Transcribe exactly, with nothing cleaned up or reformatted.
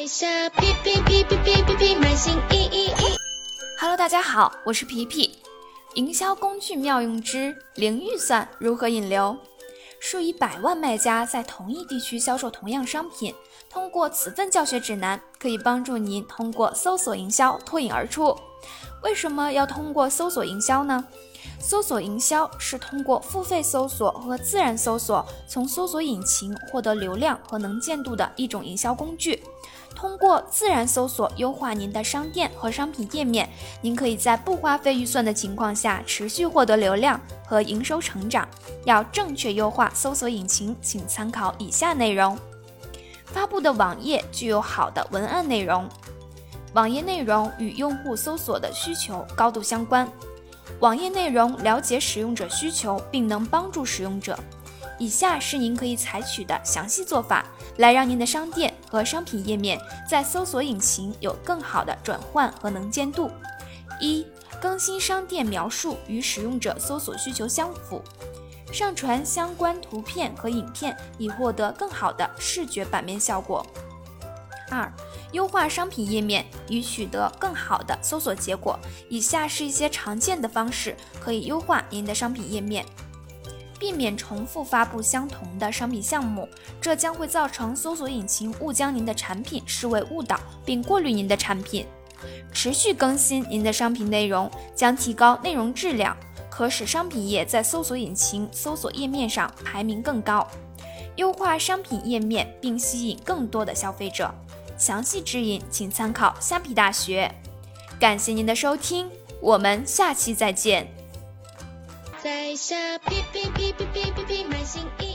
下皮皮皮皮皮皮皮买新衣衣衣。 Hello， 大家好，我是皮皮。营销工具妙用之零预算如何引流？数以百万卖家在同一地区销售同样商品，通过此份教学指南，可以帮助您通过搜索营销脱颖而出。为什么要通过搜索营销呢？搜索营销是通过付费搜索和自然搜索，从搜索引擎获得流量和能见度的一种营销工具。通过自然搜索优化您的商店和商品页面，您可以在不花费预算的情况下持续获得流量和营收成长。要正确优化搜索引擎，请参考以下内容。发布的网页具有好的文案内容，网页内容与用户搜索的需求高度相关。网页内容了解使用者需求，并能帮助使用者。以下是您可以采取的详细做法，来让您的商店和商品页面在搜索引擎有更好的转换和能见度。一、更新商店描述与使用者搜索需求相符，上传相关图片和影片，以获得更好的视觉版面效果。二、优化商品页面以取得更好的搜索结果。以下是一些常见的方式可以优化您的商品页面。避免重复发布相同的商品项目，这将会造成搜索引擎误将您的产品视为误导，并过滤您的产品。持续更新您的商品内容，将提高内容质量，可使商品页在搜索引擎搜索页面上排名更高。优化商品页面并吸引更多的消费者。详细指引请参考虾皮大学。感谢您的收听，我们下期再见。 在下皮皮皮皮皮皮皮买新衣。